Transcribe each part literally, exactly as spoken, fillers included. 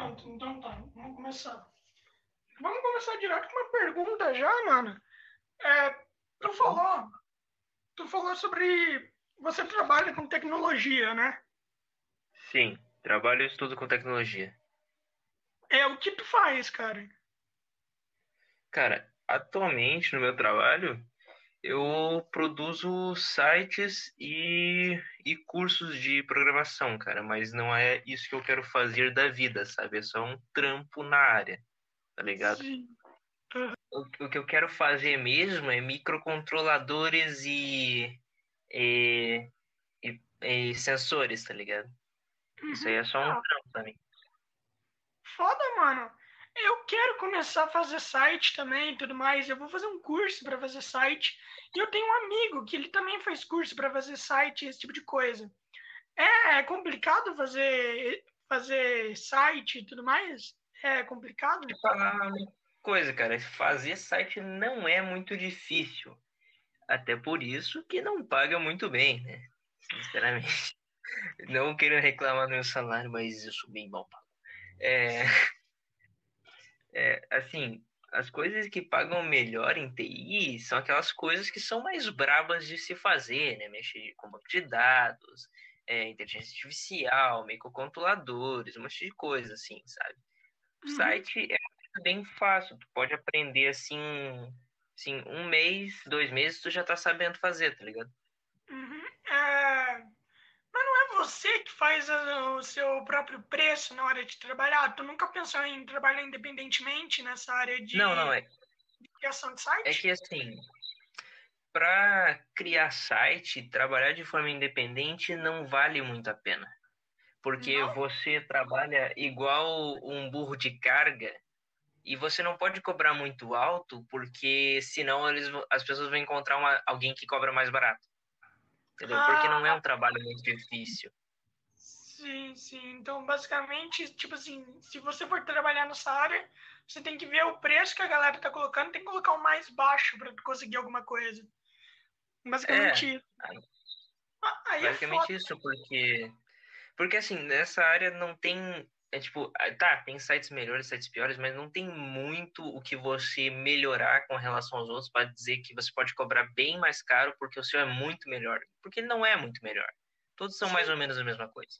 Pronto, então tá, vamos começar. Vamos começar direto com uma pergunta já, mano. É, tu Bom, falou, tu falou sobre você trabalha com tecnologia, né? sim, trabalho e estudo com tecnologia. É o que tu faz, cara? Cara, atualmente no meu trabalho, eu produzo sites e, e cursos de programação, cara, mas não é isso que eu quero fazer da vida, sabe? É só um trampo na área, tá ligado? Sim. Aham. O, o que eu quero fazer mesmo é microcontroladores e, e, e, e sensores, tá ligado? Isso aí Uhum. é só um Ah, trampo pra mim. foda, mano. Eu quero começar a fazer site também e tudo mais. Eu vou fazer um curso para fazer site. E eu tenho um amigo que ele também faz curso para fazer site, esse tipo de coisa. É, é complicado fazer fazer site e tudo mais? É complicado? Te falar uma coisa, cara, fazer site não é muito difícil. Até por isso que não paga muito bem, né? Sinceramente. Não quero reclamar do meu salário, mas eu sou bem mal pago. É, é, assim, as coisas que pagam melhor em T I são aquelas coisas que são mais brabas de se fazer, né? Mexer com banco de dados, é, inteligência artificial, microcontroladores, um monte de coisa, assim, sabe? O Uhum. site é bem fácil, tu pode aprender assim, assim, um mês, dois meses, tu já tá sabendo fazer, tá ligado? Uhum. É, mas não é você que faz a- o seu próprio preço na hora de trabalhar? Tu nunca pensou em trabalhar independentemente nessa área Não, não, de é, criação de é que site? assim, para criar site, trabalhar de forma independente não vale muito a pena, porque Não? você trabalha igual um burro de carga e você não pode cobrar muito alto, porque senão eles, vão- as pessoas vão encontrar uma, alguém que cobra mais barato, entendeu? Porque não é Ah, um trabalho muito difícil. sim, sim. Então, basicamente, tipo assim, se você for trabalhar nessa área, você tem que ver o preço que a galera tá colocando, tem que colocar o mais baixo para tu conseguir alguma coisa. É, Basicamente isso. Ah, aí é basicamente foda. isso, porque porque assim, nessa área não tem é tipo, ah, tá, tem sites melhores, sites piores, mas não tem muito o que você melhorar com relação aos outros para dizer que você pode cobrar bem mais caro porque o seu é muito melhor, porque ele não é muito melhor. Todos são mais Sim, ou menos a mesma coisa.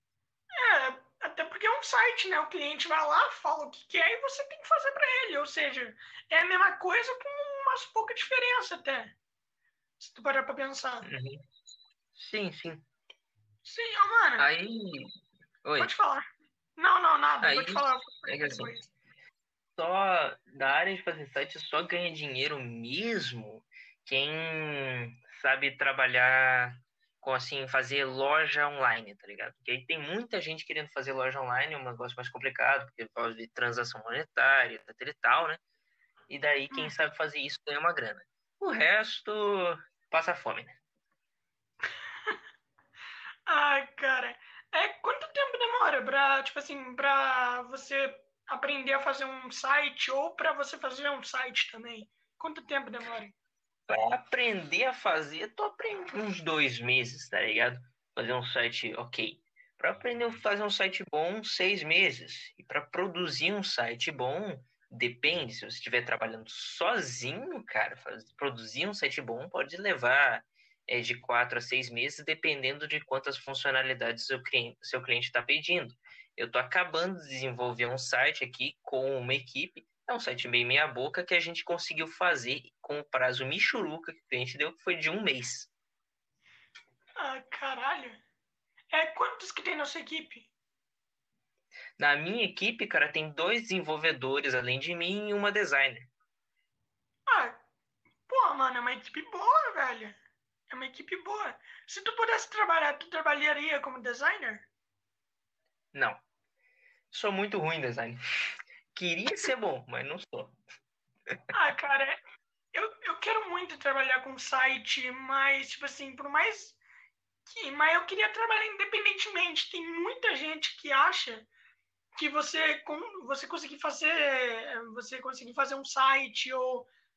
é, até porque é um site, né? O cliente vai lá, fala o que quer e você tem que fazer para ele. Ou seja, é a mesma coisa com umas pouca diferença até, se tu parar pra pensar. Uhum. Sim, sim. Sim, ó, mano, Aí, oi. pode falar. Não, não, nada, Aí pode falar é que assim, depois. só da área de fazer site só ganha dinheiro mesmo quem sabe trabalhar com assim, fazer loja online, tá ligado? Porque aí tem muita gente querendo fazer loja online, é um negócio mais complicado, porque envolve transação monetária, etc e tal, né? E daí quem Hum. sabe fazer isso ganha uma grana. O resto passa fome, né? Ai, cara, é quanto tempo demora pra, tipo assim, pra você aprender a fazer um site ou pra você fazer um site também? Quanto tempo demora? Pra aprender a fazer, tu aprende uns dois meses, tá ligado? Fazer um site ok. Para aprender a fazer um site bom, seis meses. E para produzir um site bom, depende. Se você estiver trabalhando sozinho, cara, faz- produzir um site bom pode levar é, de quatro a seis meses, dependendo de quantas funcionalidades seu cliente seu cliente está pedindo. Eu estou acabando de desenvolver um site aqui com uma equipe. É um site bem meia boca que a gente conseguiu fazer com o prazo michuruca que o cliente deu, que foi de um mês. Ah, caralho. É quantos que tem na sua equipe? Na minha equipe, cara, tem dois desenvolvedores além de mim e uma designer. Ah, pô, mano, é uma equipe boa, velho. É uma equipe boa. Se tu pudesse trabalhar, tu trabalharia como designer? Não, sou muito ruim em design. Queria ser bom, mas não sou. Ah, cara, eu, eu quero muito trabalhar com site, mas, tipo assim, por mais que. Mas eu queria trabalhar independentemente. Tem muita gente que acha que você, com, você conseguir fazer. Você conseguir fazer um site ou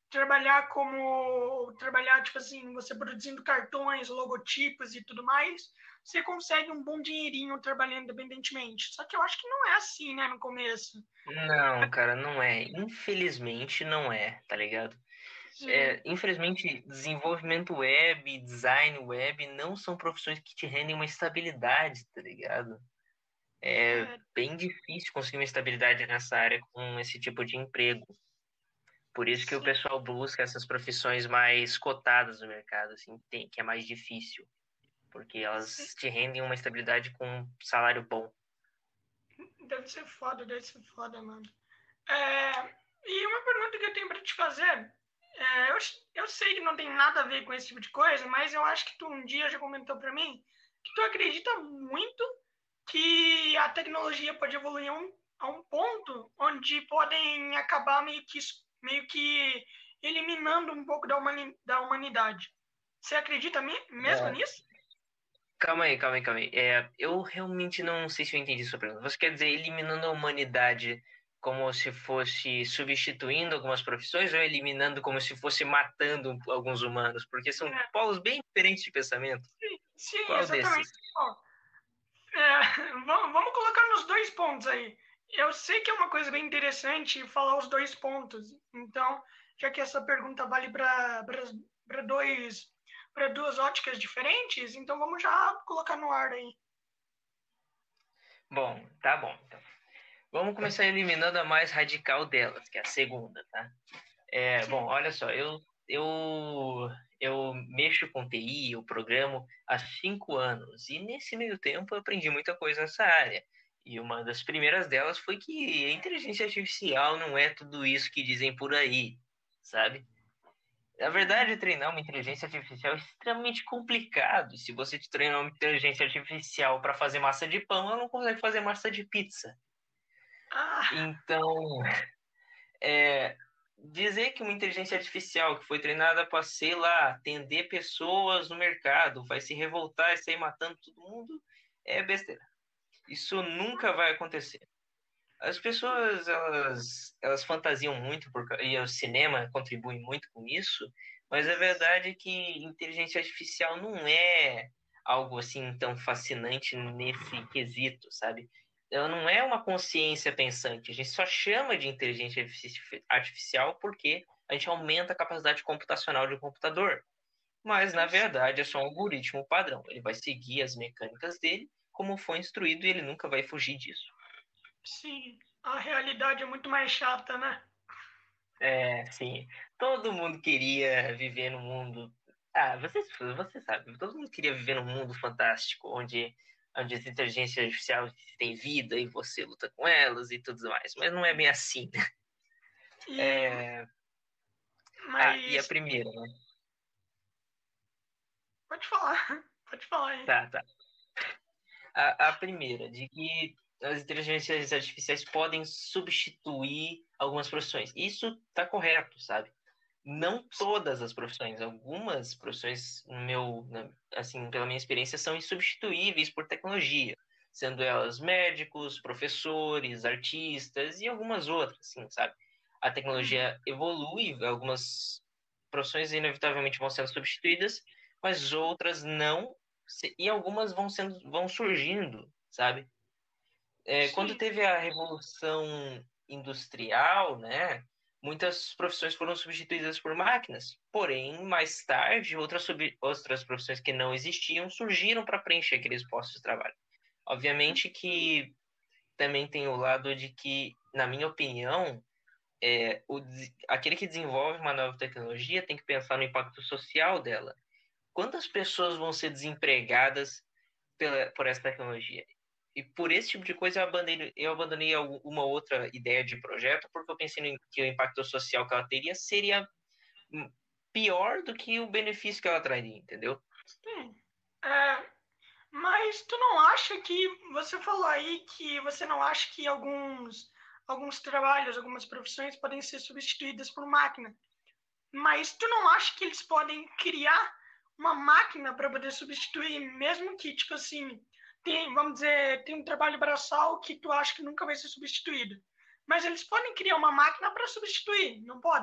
trabalhar como trabalhar tipo assim, você produzindo cartões, logotipos e tudo mais, você consegue um bom dinheirinho trabalhando independentemente. Só que eu acho que não é assim, né, no começo. Não, cara, não é. Infelizmente não é, tá ligado? Sim, É, infelizmente, desenvolvimento web, design web não são profissões que te rendem uma estabilidade, tá ligado? É é, bem difícil conseguir uma estabilidade nessa área com esse tipo de emprego. Por isso que o sim, pessoal busca essas profissões mais cotadas no mercado, assim, tem, que é mais difícil, porque sim. elas te rendem uma estabilidade com um salário bom. Deve ser foda, deve ser foda, mano. É, e uma pergunta que eu tenho para te fazer, é, eu, eu sei que não tem nada a ver com esse tipo de coisa, mas eu acho que tu um dia já comentou para mim que tu acredita muito que a tecnologia pode evoluir a um, a um ponto onde podem acabar meio que, meio que eliminando um pouco da, humani, da humanidade. Você acredita mesmo É, nisso? calma aí, calma aí, calma aí. É, eu realmente não sei se eu entendi sua pergunta. Você quer dizer eliminando a humanidade como se fosse substituindo algumas profissões ou eliminando como se fosse matando alguns humanos? Porque são É, polos bem diferentes de pensamento. sim, sim, Qual exatamente. desses? Ó, é, vamos, vamos colocar nos dois pontos aí. Eu sei que é uma coisa bem interessante falar os dois pontos. Então, já que essa pergunta vale para dois para duas óticas diferentes, então vamos já colocar no ar aí. Bom, tá bom. Então. Vamos começar eliminando a mais radical delas, que é a segunda, tá? É, bom, Sim, olha só, eu, eu, eu mexo com T I, eu programo há cinco anos, e nesse meio tempo eu aprendi muita coisa nessa área. E uma das primeiras delas foi que a inteligência artificial não é tudo isso que dizem por aí, sabe? Na verdade, uhum. treinar uma inteligência artificial é extremamente complicado. Se você treinar uma inteligência artificial para fazer massa de pão, ela não consegue fazer massa de pizza. Ah, Então, é, dizer que uma inteligência artificial que foi treinada para, sei lá, atender pessoas no mercado, vai se revoltar e sair matando todo mundo, é besteira. Isso nunca vai acontecer. As pessoas, elas, elas fantasiam muito, por, e o cinema contribui muito com isso, mas a verdade é que inteligência artificial não é algo assim tão fascinante nesse quesito, sabe? Ela não é uma consciência pensante. A gente só chama de inteligência artificial porque a gente aumenta a capacidade computacional de um computador. Mas, na verdade, é só um algoritmo padrão. Ele vai seguir as mecânicas dele como foi instruído e ele nunca vai fugir disso. sim, a realidade é muito mais chata, né? É, sim. Todo mundo queria viver num mundo. Ah, você, você sabe, todo mundo queria viver num mundo fantástico, onde, onde as inteligências artificiais têm vida e você luta com elas e tudo mais. Mas não é bem assim. E, É... Ah, e a mas primeira, né? pode falar, pode falar aí. Tá, tá. A, a primeira, de que as inteligências artificiais podem substituir algumas profissões. Isso tá correto, sabe? Não todas as profissões, algumas profissões, no meu, assim, pela minha experiência, são insubstituíveis por tecnologia, sendo elas médicos, professores, artistas e algumas outras, assim, sabe? A Uhum, tecnologia evolui, algumas profissões inevitavelmente vão sendo substituídas, mas outras não, e algumas vão sendo, vão surgindo, sabe? É, quando sim, teve a revolução industrial, né, muitas profissões foram substituídas por máquinas. Porém, mais tarde, outras, sub, outras profissões que não existiam surgiram para preencher aqueles postos de trabalho. Obviamente que também tem o lado de que, na minha opinião, é, o, aquele que desenvolve uma nova tecnologia tem que pensar no impacto social dela. Quantas pessoas vão ser desempregadas pela, por essa tecnologia? E por esse tipo de coisa eu abandonei, eu abandonei uma outra ideia de projeto, porque eu pensei no, que o impacto social que ela teria seria pior do que o benefício que ela traria, entendeu? sim. É, mas tu não acha que você falou aí que você não acha que alguns alguns trabalhos, algumas profissões podem ser substituídas por máquina? Mas tu não acha que eles podem criar uma máquina para poder substituir, mesmo que tipo assim, tem, vamos dizer, tem um trabalho braçal que tu acha que nunca vai ser substituído. Mas eles podem criar uma máquina para substituir, não podem?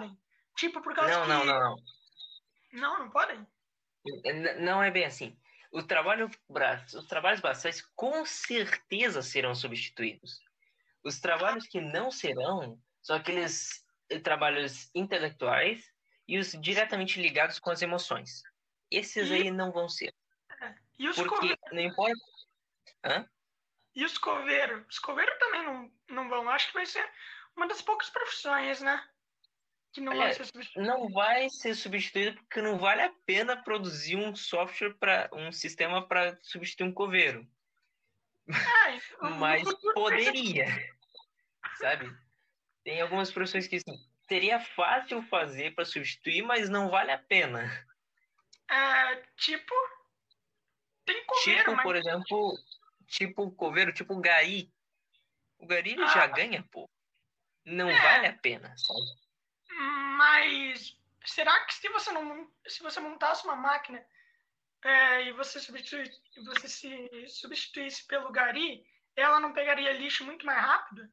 Tipo, por causa Não, não, que... não, não. Não, não podem? N- Não é bem assim. O trabalho bra... Os trabalhos braçais com certeza serão substituídos. Os trabalhos que não serão são aqueles eh, trabalhos intelectuais e os diretamente ligados com as emoções. Esses E, aí não vão ser. é, e os Porque coveiros? não importa. Hã? E os coveiros? Os coveiros também não, não vão. Acho que vai ser uma das poucas profissões, né? Que não vão Olha, ser substituídas. não vai ser substituído porque não vale a pena produzir um software para um sistema para substituir um coveiro. É, no Mas futuro vai ser... poderia, sabe? Tem algumas profissões que assim, seria fácil fazer para substituir, mas não vale a pena. É, tipo, tem coveiro, Tipo, mas... por exemplo, tipo o coveiro, tipo o gari. O gari ele já Ah, ganha pouco. Não vale é, a pena, sabe? mas... Será que se você não... Se você montasse uma máquina é, e você, substitui, você se substituísse pelo gari, ela não pegaria lixo muito mais rápido?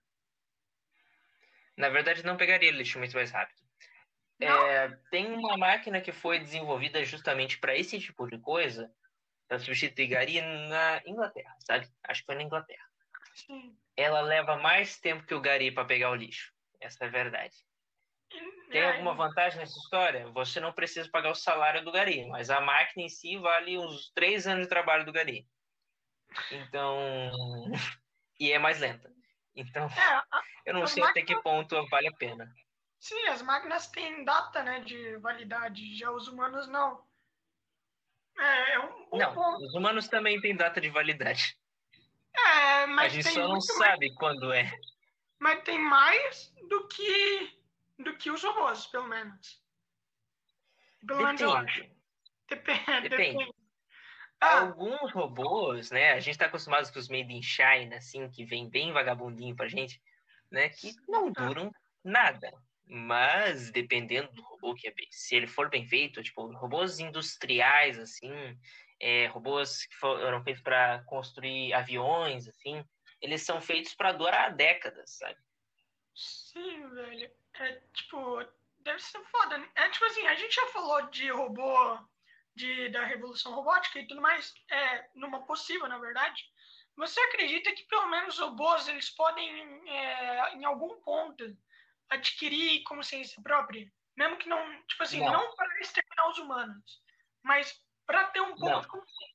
Na verdade, não pegaria lixo muito mais rápido. Não? É, tem uma máquina que foi desenvolvida justamente para esse tipo de coisa, para substituir gari na Inglaterra, sabe? Acho que foi na Inglaterra. Sim. Ela leva mais tempo que o gari para pegar o lixo. Essa é a verdade. E, Tem é, alguma vantagem nessa história? Você não precisa pagar o salário do gari, mas a máquina em si vale uns três anos de trabalho do gari. Então, e é mais lenta. Então, é, a- eu não as sei até que máquinas... ponto vale a pena. Sim, as máquinas têm data, né, de validade, já os humanos não. É, é um bom Não, ponto. os humanos também têm data de validade. É, A mas gente tem só não muito mais, sabe quando é. mas tem mais do que do que os robôs, pelo menos. Pelo menos eu acho. Depende, Depende, depende. depende. Ah, Alguns robôs, né? A gente tá acostumado com os made in China, assim, que vem bem vagabundinho pra gente, né? Que não ah, duram nada. Mas, dependendo do robô que é bem, se ele for bem feito, tipo, robôs industriais, assim, é, robôs que foram feitos para construir aviões, assim, eles são feitos para durar décadas, sabe? sim, velho. É tipo, deve ser foda, né? É tipo assim, a gente já falou de robô, de, da revolução robótica e tudo mais, é, numa possível, na verdade. Você acredita que pelo menos os robôs eles podem, é, em algum ponto, adquirir consciência própria? Mesmo que não, tipo assim, Não, não para exterminar os humanos, mas para ter um pouco não, de consciência.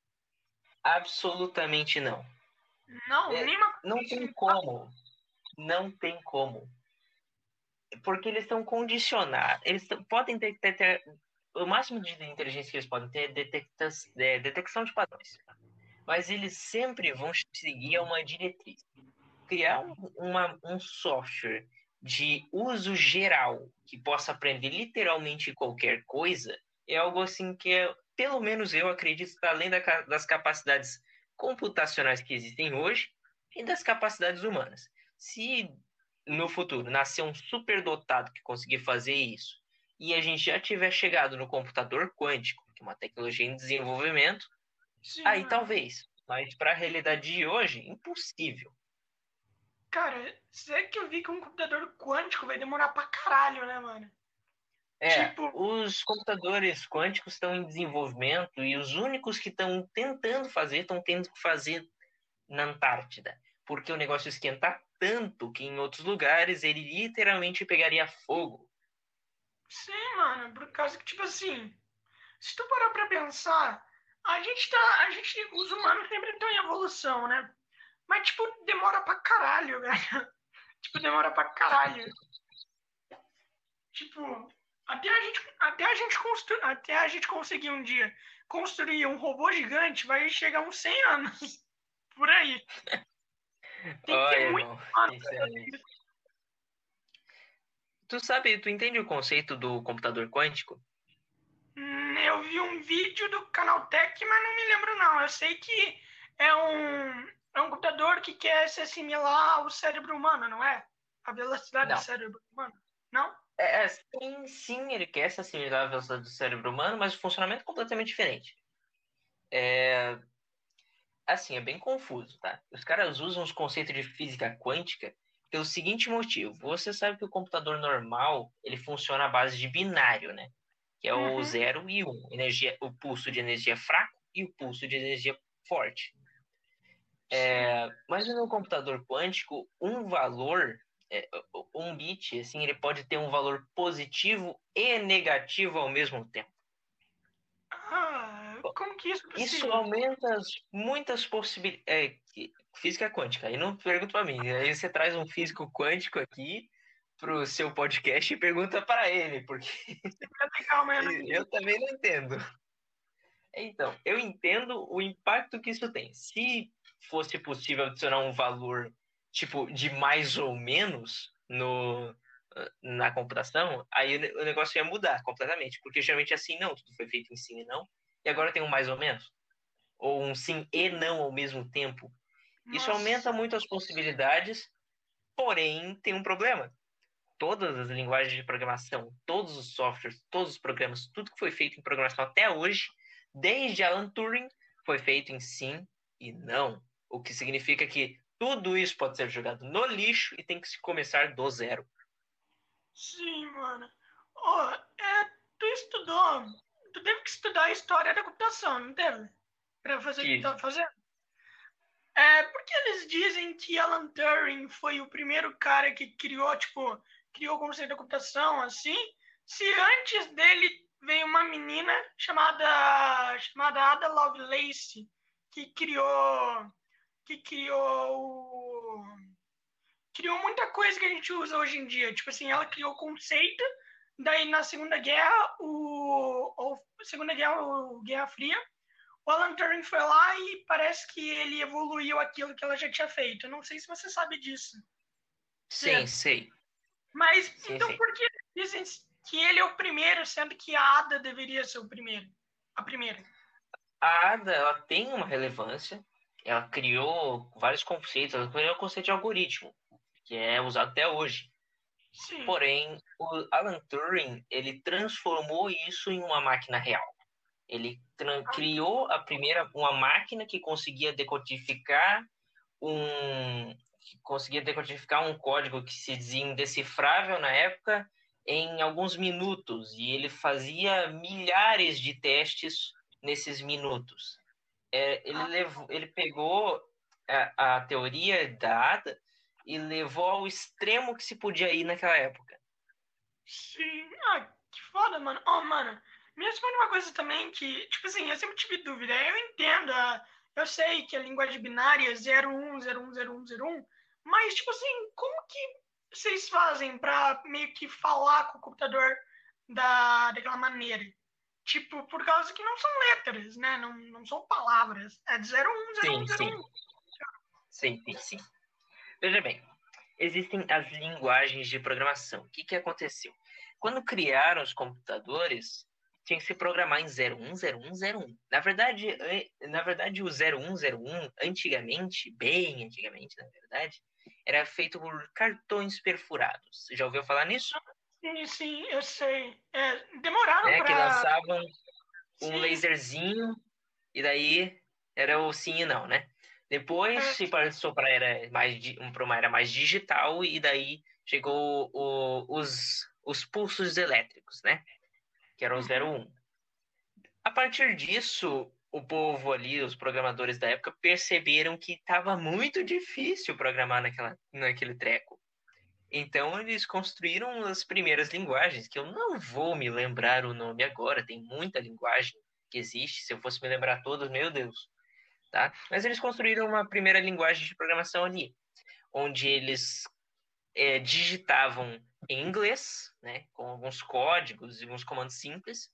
absolutamente não. Não, É, nenhuma não consciência. tem como, não tem como. Porque eles estão condicionados, eles podem ter, ter, ter, o máximo de inteligência que eles podem ter é detecta, é, detecção de padrões. Mas eles sempre vão seguir uma diretriz. Criar um, uma, um software de uso geral que possa aprender literalmente qualquer coisa é algo assim que é, pelo menos eu acredito, está além da, das capacidades computacionais que existem hoje e das capacidades humanas. Se no futuro nascer um superdotado que conseguir fazer isso e a gente já tiver chegado no computador quântico, que é uma tecnologia em desenvolvimento, Sim, aí mano. talvez. Mas para a realidade de hoje, impossível. Cara, será que eu vi que um computador quântico vai demorar pra caralho, né, mano? É, Tipo, os computadores quânticos estão em desenvolvimento e os únicos que estão tentando fazer, estão tendo que fazer na Antártida. Porque o negócio esquenta tanto que em outros lugares ele literalmente pegaria fogo. sim, mano, por causa que, tipo assim, se tu parar pra pensar, a gente tá, a gente, os humanos sempre estão em evolução, né? Mas, tipo, demora pra caralho, velho. Tipo, demora pra caralho. Tipo, até a gente, até a gente constru, até a gente conseguir um dia construir um robô gigante, vai chegar uns cem anos. Por aí. Tem que ter Olha, muito irmão, humano pra fazer sinceramente. isso. Tu sabe, tu entende o conceito do computador quântico? Hum, Eu vi um vídeo do Canaltech, mas não me lembro não. Eu sei que é um, é um computador que quer se assimilar ao cérebro humano, não é? A velocidade do Não. cérebro humano. Não? É, é, sim, sim, ele quer se assimilar à velocidade do cérebro humano, mas o funcionamento é completamente diferente. É, assim, é bem confuso, tá? Os caras usam os conceitos de física quântica, pelo seguinte motivo. Você sabe que o computador normal, ele funciona à base de binário, né? Que é o Uhum. zero e um. Energia, o pulso de energia fraco e o pulso de energia forte. É, mas no computador quântico, um valor, é, um bit, assim, ele pode ter um valor positivo e negativo ao mesmo tempo. Ah, como que isso é Isso possível? aumenta as- muitas possibilidades. É, física quântica, aí não pergunta para mim. Aí você traz um físico quântico aqui pro seu podcast e pergunta para ele, porque Legal, mas eu não eu entendi. também não entendo. Então, eu entendo o impacto que isso tem. Se fosse possível adicionar um valor tipo de mais ou menos no na computação, aí o negócio ia mudar completamente, porque geralmente assim não, tudo foi feito em sim e não, e agora tem um mais ou menos, ou um sim e não ao mesmo tempo. Isso Nossa. aumenta muito as possibilidades, porém tem um problema. Todas as linguagens de programação, todos os softwares, todos os programas, tudo que foi feito em programação até hoje, desde Alan Turing, foi feito em sim e não. O que significa que tudo isso pode ser jogado no lixo e tem que se começar do zero. Sim, mano. Ó, é, tu estudou. Tu teve que estudar a história da computação, não teve? Pra fazer o que tu Tive. tava fazendo? É, porque eles dizem que Alan Turing foi o primeiro cara que criou, tipo, criou o conceito da computação, assim, se antes dele veio uma menina chamada, chamada Ada Lovelace, que criou, que criou, o- criou muita coisa que a gente usa hoje em dia. Tipo assim, ela criou o conceito, daí na Segunda Guerra, o, ou Segunda Guerra, ou Guerra Fria, o Alan Turing foi lá e parece que ele evoluiu aquilo que ela já tinha feito. Eu não sei se você sabe disso. Sim, Certo. sei. Mas Sim, então sim. por que dizem que ele é o primeiro, sendo que a Ada deveria ser o primeiro? A primeira. A Ada, ela tem uma relevância. Ela criou vários conceitos. Ela criou o conceito de algoritmo, que é usado até hoje. Sim. Porém, o Alan Turing, ele transformou isso em uma máquina real. Ele criou a primeira uma máquina que conseguia decodificar um que conseguia decodificar um código que se dizia indecifrável na época em alguns minutos e ele fazia milhares de testes nesses minutos. É, ele levou, ele pegou a, a teoria da Ada e levou ao extremo que se podia ir naquela época. Sim. Ah, que foda, mano. Oh, mano, me responde uma coisa também que, tipo assim, eu sempre tive dúvida. Eu entendo, ah, eu sei que a linguagem binária é zero um zero um zero um zero um, mas, tipo assim, como que vocês fazem pra meio que falar com o computador da, daquela maneira? Tipo, por causa que não são letras, né? Não, não são palavras. É de zero um zero um Sim, zero sim, um. sim, sim, sim. Veja bem, existem as linguagens de programação. O que, que aconteceu? Quando criaram os computadores, tinha que se programar em zero um zero um zero um. Na verdade, na verdade, o zero um zero um, antigamente, bem antigamente, na verdade, era feito por cartões perfurados. Já ouviu falar nisso? Sim, sim, eu sei. É, demoraram Né? Que pra. lançavam um Sim, laserzinho e daí era o sim e não, né? Depois é, se passou para era mais para uma era mais digital e daí chegou o, os os pulsos elétricos, né? Que eram o zero uhum. um. A partir disso, o povo ali, os programadores da época, perceberam que estava muito difícil programar naquela, naquele treco. Então eles construíram as primeiras linguagens, que eu não vou me lembrar o nome agora, tem muita linguagem que existe, se eu fosse me lembrar todas, meu Deus, tá? Mas eles construíram uma primeira linguagem de programação ali, onde eles é, digitavam em inglês, né, com alguns códigos e alguns comandos simples,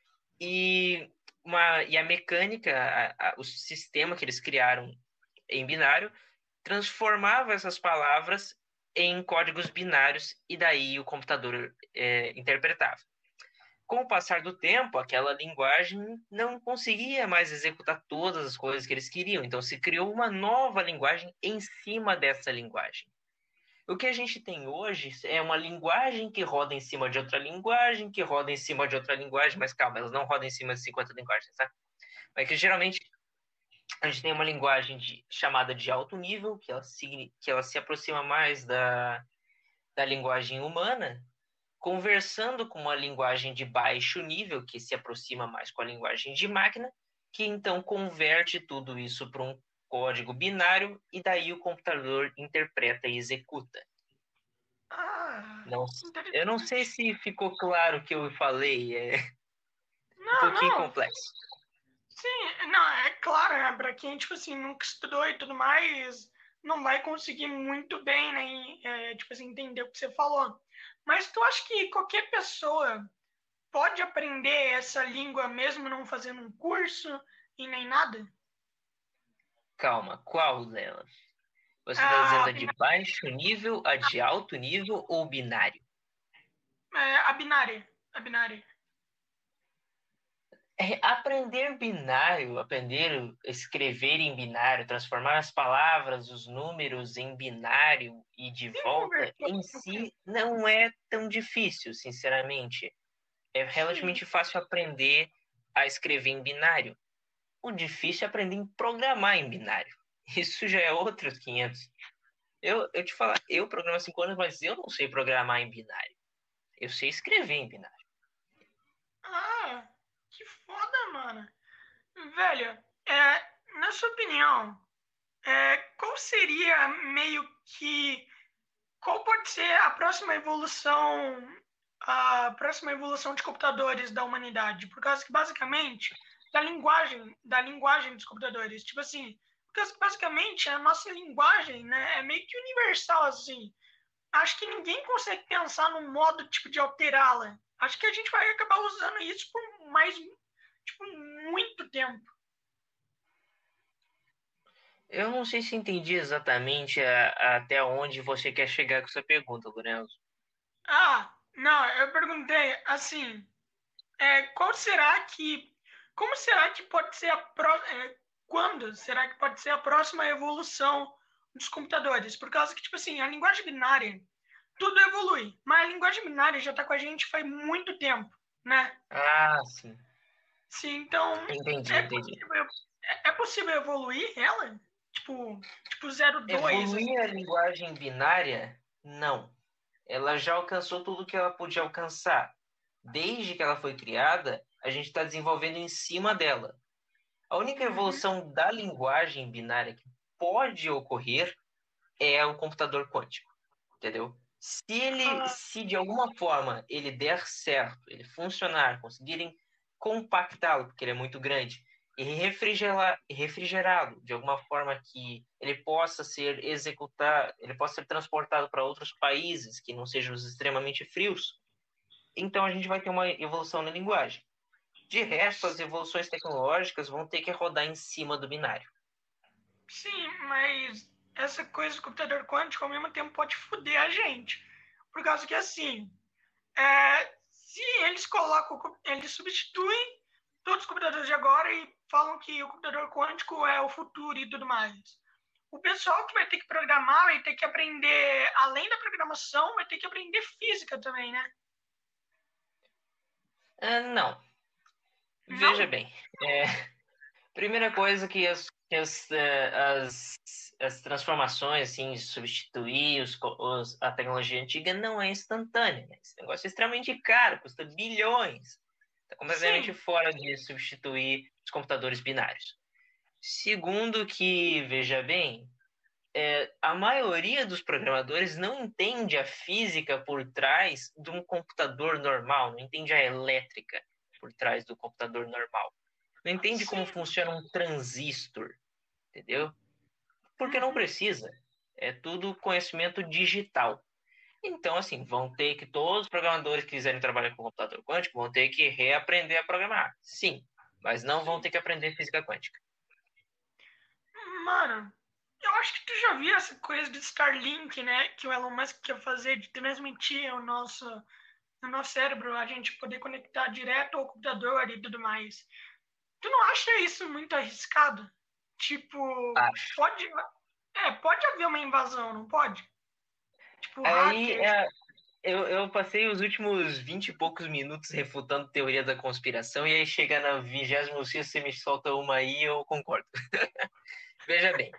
e, uma, e a mecânica, a, a, o sistema que eles criaram em binário, transformava essas palavras em códigos binários e daí o computador é, interpretava. Com o passar do tempo, aquela linguagem não conseguia mais executar todas as coisas que eles queriam, então se criou uma nova linguagem em cima dessa linguagem. O que a gente tem hoje é uma linguagem que roda em cima de outra linguagem, que roda em cima de outra linguagem, mas calma, elas não rodam em cima de cinquenta linguagens, tá? Mas que geralmente a gente tem uma linguagem de, chamada de alto nível, que ela, que ela se aproxima mais da, da linguagem humana, conversando com uma linguagem de baixo nível, que se aproxima mais com a linguagem de máquina, que então converte tudo isso para um código binário e daí o computador interpreta e executa. Ah, Não, eu não sei interessante. se ficou claro o que eu falei, é um Não, pouquinho não. complexo. Sim, não, é claro, né? Pra quem, tipo assim, nunca estudou e tudo mais, não vai conseguir muito bem, né? É, tipo assim, entender o que você falou. Mas tu acha que qualquer pessoa pode aprender essa língua mesmo não fazendo um curso e nem nada? Calma, qual delas? Você está dizendo A, a de baixo nível, a de alto nível ou binário? é, a binária. A binária. É, aprender binário, aprender a escrever em binário, transformar as palavras, os números em binário e de Sim, volta, converter. em si não é tão difícil, sinceramente. É Sim. relativamente fácil aprender a escrever em binário. O difícil é aprender a programar em binário. Isso já é outros quinhentos. Eu, eu te falar, eu programo há cinco anos, mas eu não sei programar em binário. Eu sei escrever em binário. Ah, que foda, mano. Velho, é, na sua opinião, é, qual seria meio que. Qual pode ser a próxima evolução, a próxima evolução de computadores da humanidade? Por causa que, basicamente, da linguagem, da linguagem dos computadores. Tipo assim, porque basicamente a nossa linguagem, né, é meio que universal, assim. Acho que ninguém consegue pensar num modo, tipo, de alterá-la. Acho que a gente vai acabar usando isso por mais, tipo, muito tempo. Eu não sei se entendi exatamente a- a- até onde você quer chegar com essa pergunta, Lorenzo. Ah, não, eu perguntei assim, é, qual será que, como será que pode ser a pró, é, quando será que pode ser a próxima evolução dos computadores? Por causa que, tipo assim, a linguagem binária, tudo evolui, mas a linguagem binária já está com a gente faz muito tempo, né? Ah, sim. Sim, então Entendi, é entendi. possível, é, é possível evoluir ela? Tipo, tipo zero dois assim? Evoluir a linguagem binária? Não. Ela já alcançou tudo que ela podia alcançar. Desde que ela foi criada, a gente está desenvolvendo em cima dela. A única Uhum. evolução da linguagem binária que pode ocorrer é o computador quântico, entendeu? Se ele, Ah, se de alguma forma ele der certo, ele funcionar, conseguirem compactá-lo, porque ele é muito grande, e refrigerar, refrigerá-lo de alguma forma que ele possa ser executado, ele possa ser transportado para outros países que não sejam os extremamente frios, então a gente vai ter uma evolução na linguagem. De resto, as evoluções tecnológicas vão ter que rodar em cima do binário. sim, mas essa coisa do computador quântico ao mesmo tempo pode foder a gente. Por causa que assim, é, se eles colocam, eles substituem todos os computadores de agora e falam que o computador quântico é o futuro e tudo mais. O pessoal que vai ter que programar vai ter que aprender, além da programação, vai ter que aprender física também, né? Ah, não, veja Não? bem. É, primeira coisa que as, que as, eh, as, as transformações, assim, substituir os, co- os- a tecnologia antiga não é instantânea, né? Esse negócio é extremamente caro, custa bilhões. Está completamente Sim, fora de substituir os computadores binários. Segundo que, veja bem, é, a maioria dos programadores não entende a física por trás de um computador normal, não entende a elétrica por trás do computador normal. Não entende como sim. funciona um transistor, entendeu? Porque não Uhum. precisa. É tudo conhecimento digital. Então, assim, vão ter que todos os programadores que quiserem trabalhar com computador quântico vão ter que reaprender a programar. Sim, mas não vão Sim. ter que aprender física quântica. Mano, eu acho que tu já viu essa coisa do Starlink, né? Que o Elon Musk quer fazer de transmitir o nosso, o nosso cérebro, a gente poder conectar direto ao computador e tudo mais. Tu não acha isso muito arriscado? Tipo, Acho. pode, é, pode haver uma invasão, não pode? Tipo, Aí hackers. é, Eu, eu passei os últimos vinte e poucos minutos refutando teoria da conspiração, e aí chega na vigésima sexta você me solta uma aí e eu concordo. Veja bem.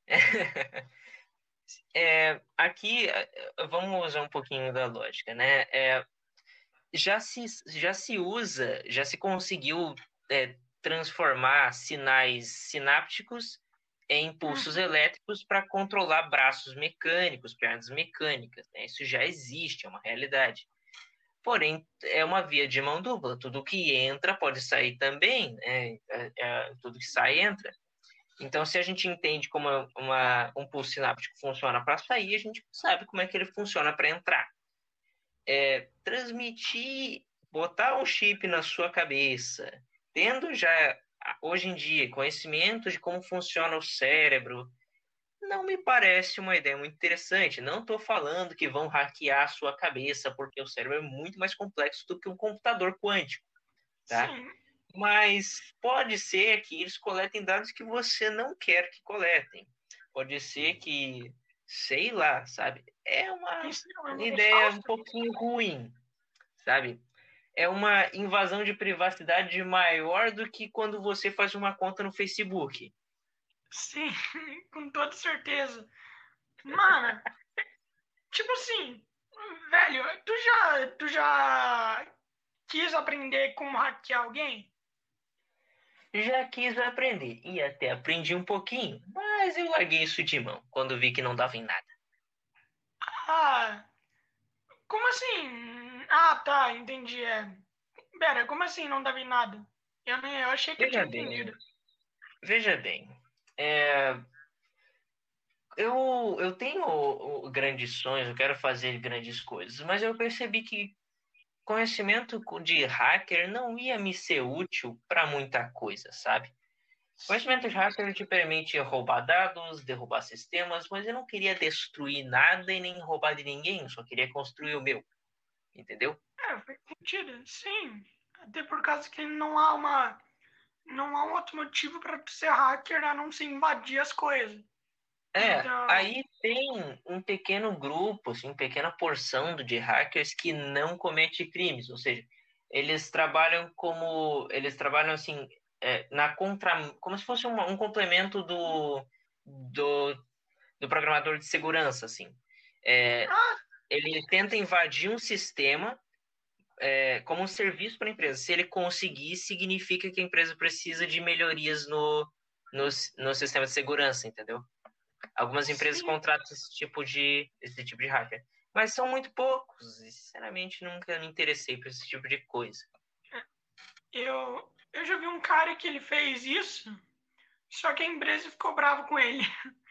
É, aqui, vamos usar um pouquinho da lógica, né? É, já, se, já se usa, já se conseguiu é, transformar sinais sinápticos em impulsos Uhum. elétricos para controlar braços mecânicos, pernas mecânicas, né? Isso já existe, é uma realidade. Porém, é uma via de mão dupla. Tudo que entra pode sair também, né? É, é, tudo que sai entra. Então, se a gente entende como uma, um pulso sináptico funciona para sair, a gente sabe como é que ele funciona para entrar. É, transmitir, botar um chip na sua cabeça, tendo já, hoje em dia, conhecimento de como funciona o cérebro, não me parece uma ideia muito interessante. Não estou falando que vão hackear a sua cabeça, porque o cérebro é muito mais complexo do que um computador quântico, tá? Sim, Mas pode ser que eles coletem dados que você não quer que coletem. Pode ser que, sei lá, sabe? É uma isso não é uma ideia um resposta. pouquinho ruim, sabe? É uma invasão de privacidade maior do que quando você faz uma conta no Facebook. Sim, com toda certeza. Mano, tipo assim, velho, tu já, tu já quis aprender como hackear alguém? Já quis aprender e até aprendi um pouquinho, mas eu larguei isso de mão quando vi que não dava em nada. Ah, como assim? Ah, tá, entendi. É. Pera, como assim não dava em nada? Eu, nem, eu achei que eu tinha Veja bem, entendido. veja bem. É, eu, eu tenho o- grandes sonhos, eu quero fazer grandes coisas, mas eu percebi que conhecimento de hacker não ia me ser útil para muita coisa, sabe? Conhecimento de Sim, hacker te permite roubar dados, derrubar sistemas, mas eu não queria destruir nada e nem roubar de ninguém, eu só queria construir o meu, entendeu? é, faz sentido, sim. Até por causa que não há uma, não há um outro motivo para tu ser hacker a não ser invadir as coisas. É, Então, aí tem um pequeno grupo, assim, uma pequena porção de hackers que não comete crimes, ou seja, eles trabalham como, eles trabalham assim, é, na contra, como se fosse um, um complemento do, do, do programador de segurança, assim. É, ah, ele tenta invadir um sistema é, como um serviço para a empresa. Se ele conseguir, significa que a empresa precisa de melhorias no, no, no sistema de segurança, entendeu? Algumas empresas sim, contratam esse tipo de, esse tipo de hacker. Mas são muito poucos. E, sinceramente, nunca me interessei por esse tipo de coisa. eu, eu já vi um cara que ele fez isso, só que a empresa ficou brava com ele.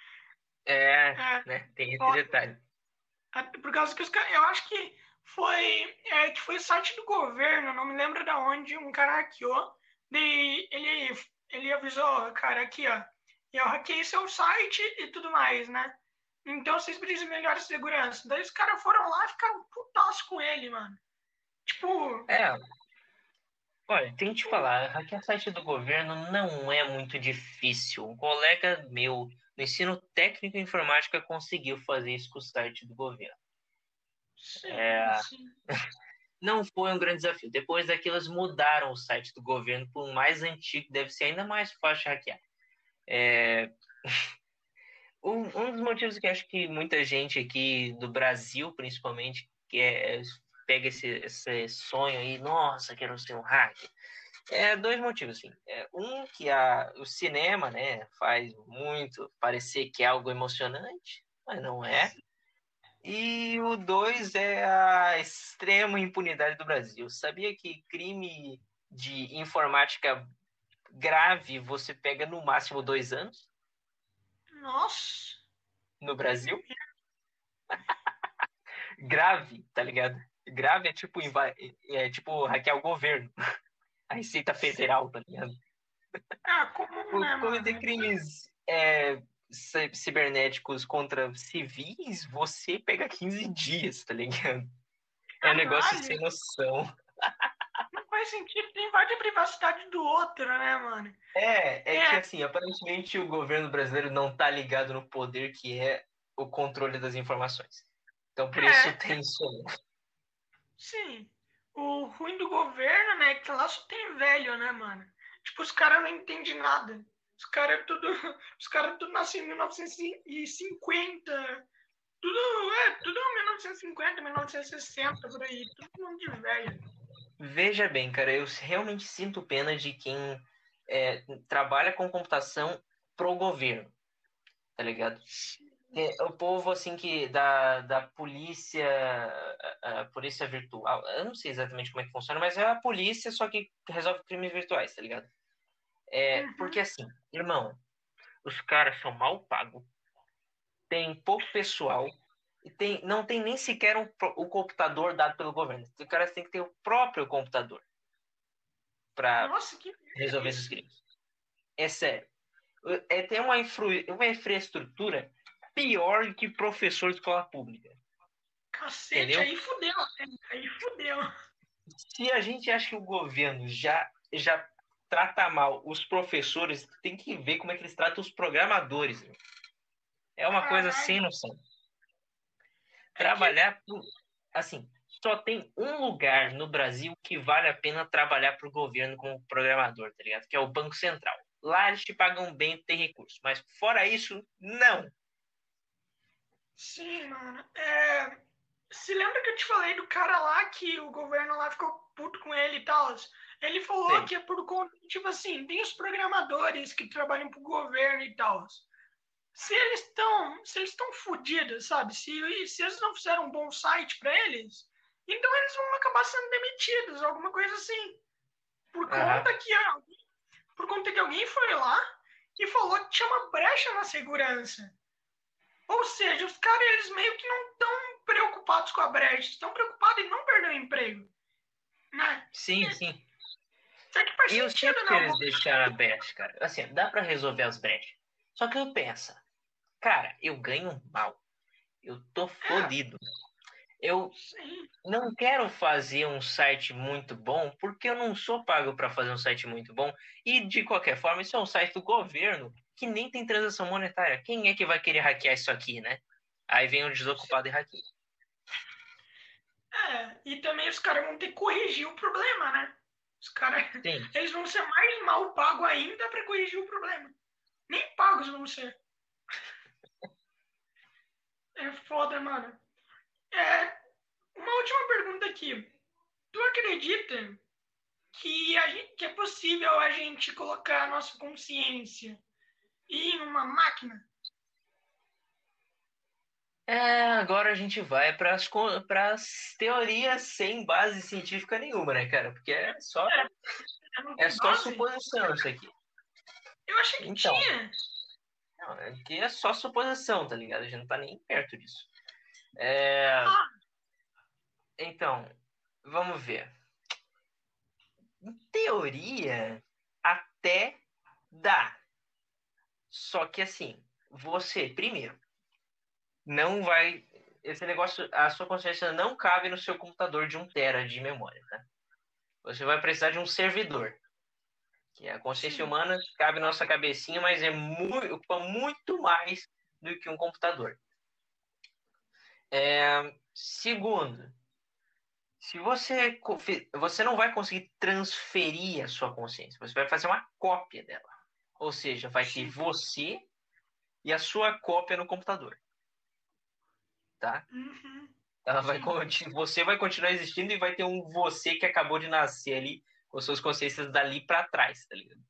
É, É, né? Tem esse ó, detalhe. é, por causa que os caras, eu acho que foi, é, que foi o site do governo, não me lembro de onde, um cara hackeou, daí ele, ele avisou, cara, aqui, ó, eu hackei seu site e tudo mais, né? Então vocês precisam de melhor segurança. Daí os caras foram lá e ficaram putaços com ele, mano. Tipo, É, olha, tem que te falar, hackear site do governo não é muito difícil. Um colega meu no ensino técnico em informática conseguiu fazer isso com o site do governo. sim, É, sim. não foi um grande desafio. Depois daquilo, eles mudaram o site do governo para um mais antigo, que deve ser ainda mais fácil de hackear. É, Um, um dos motivos que acho que muita gente aqui do Brasil, principalmente, que é, pega esse, esse sonho aí, nossa, quero ser um hacker, é dois motivos, assim. É, um, que a, o cinema, né, faz muito parecer que é algo emocionante, mas não é. E o dois é a extrema impunidade do Brasil. Sabia que crime de informática grave você pega no máximo dois anos Nossa. no Brasil? Grave, tá ligado? Grave é tipo, inva- é tipo hackear o governo, a Receita Federal, tá ligado? É comum, Por né, mano? cometer crimes é, ci- cibernéticos contra civis, você pega quinze dias, tá ligado? É um negócio Caralho. sem noção. Não faz sentido. Tem invade a privacidade do outro, né, mano? É, é que É, assim, aparentemente o governo brasileiro não tá ligado no poder que é o controle das informações. Então por isso é. tem isso aí. Sim. O ruim do governo, né, é que lá só tem velho, né, mano? Tipo, os caras não entendem nada. Os caras tudo, os caras tudo nasceram em mil novecentos e cinquenta. Tudo, é, tudo mil novecentos e cinquenta, mil novecentos e sessenta, por aí. Tudo mundo de velho. Veja bem, cara, eu realmente sinto pena de quem é, trabalha com computação pro governo, tá ligado? É, o povo, assim, que da, da polícia, a, a polícia virtual, eu não sei exatamente como é que funciona, mas é a polícia, só que resolve crimes virtuais, tá ligado? É, Uhum. porque, assim, irmão, os caras são mal pagos, tem pouco pessoal, e tem, não tem nem sequer um, o computador dado pelo governo. Os caras têm que ter o próprio computador para Nossa, que merda resolver esses isso. crimes. É sério. É, tem uma, infra, uma infraestrutura pior que professor de escola pública. Cacete, Entendeu? aí fudeu. Né? Aí fudeu. Se a gente acha que o governo já, já trata mal os professores, tem que ver como é que eles tratam os programadores. Né? É uma coisa sem Caralho. noção. É que. Trabalhar pro, assim, só tem um lugar no Brasil que vale a pena trabalhar para o governo como programador, tá ligado? Que é o Banco Central. Lá eles te pagam bem, tem recurso. Mas fora isso, não. Sim, mano. É. Se lembra que eu te falei do cara lá que o governo lá ficou puto com ele e tal? Ele falou Sei. que é por conta, tipo assim, tem os programadores que trabalham pro governo e tal. Se eles estão, se eles estão fodidos, sabe? Se, se eles não fizeram um bom site para eles, então eles vão acabar sendo demitidos, alguma coisa assim. Por Aham. conta que, por conta que alguém foi lá e falou que tinha uma brecha na segurança. Ou seja, os caras, eles meio que não estão preocupados com a brecha, estão preocupados em não perder o emprego, né? Sim, sim. Isso aqui faz E eu sei sentido, porque né? eles deixaram a brecha, cara. Assim, dá pra resolver as brechas. Só que eu penso, cara, eu ganho mal. Eu tô É, fodido. Eu sim. não quero fazer um site muito bom porque eu não sou pago para fazer um site muito bom. E, de qualquer forma, isso é um site do governo que nem tem transação monetária. Quem é que vai querer hackear isso aqui, né? Aí vem o desocupado e hackeia. É, e também os caras vão ter que corrigir o problema, né? Os caras, Sim. eles vão ser mais mal pagos ainda para corrigir o problema. Nem pagos vão ser. É foda, mano. É, uma última pergunta aqui. Tu acredita que, a gente, que é possível a gente colocar a nossa consciência em uma máquina? É, agora a gente vai para as teorias sem base científica nenhuma, né, cara? Porque é só, É, não é tem só base? suposição isso aqui. Eu achei que Então, tinha. não, aqui é só suposição, tá ligado? A gente não tá nem perto disso. É, Ah, então, vamos ver. Em teoria, até dá. Só que assim, você, primeiro, não vai. Esse negócio, a sua consciência não cabe no seu computador de um tera de memória, tá? Você vai precisar de um servidor. Que a consciência sim. humana cabe na nossa cabecinha, mas é muito, ocupa muito mais do que um computador. É, segundo, se você você não vai conseguir transferir a sua consciência, você vai fazer uma cópia dela. Ou seja, vai ter Sim. você e a sua cópia no computador, tá? Uhum. Ela vai Sim. você vai continuar existindo e vai ter um você que acabou de nascer ali com suas consciências dali para trás, tá ligado?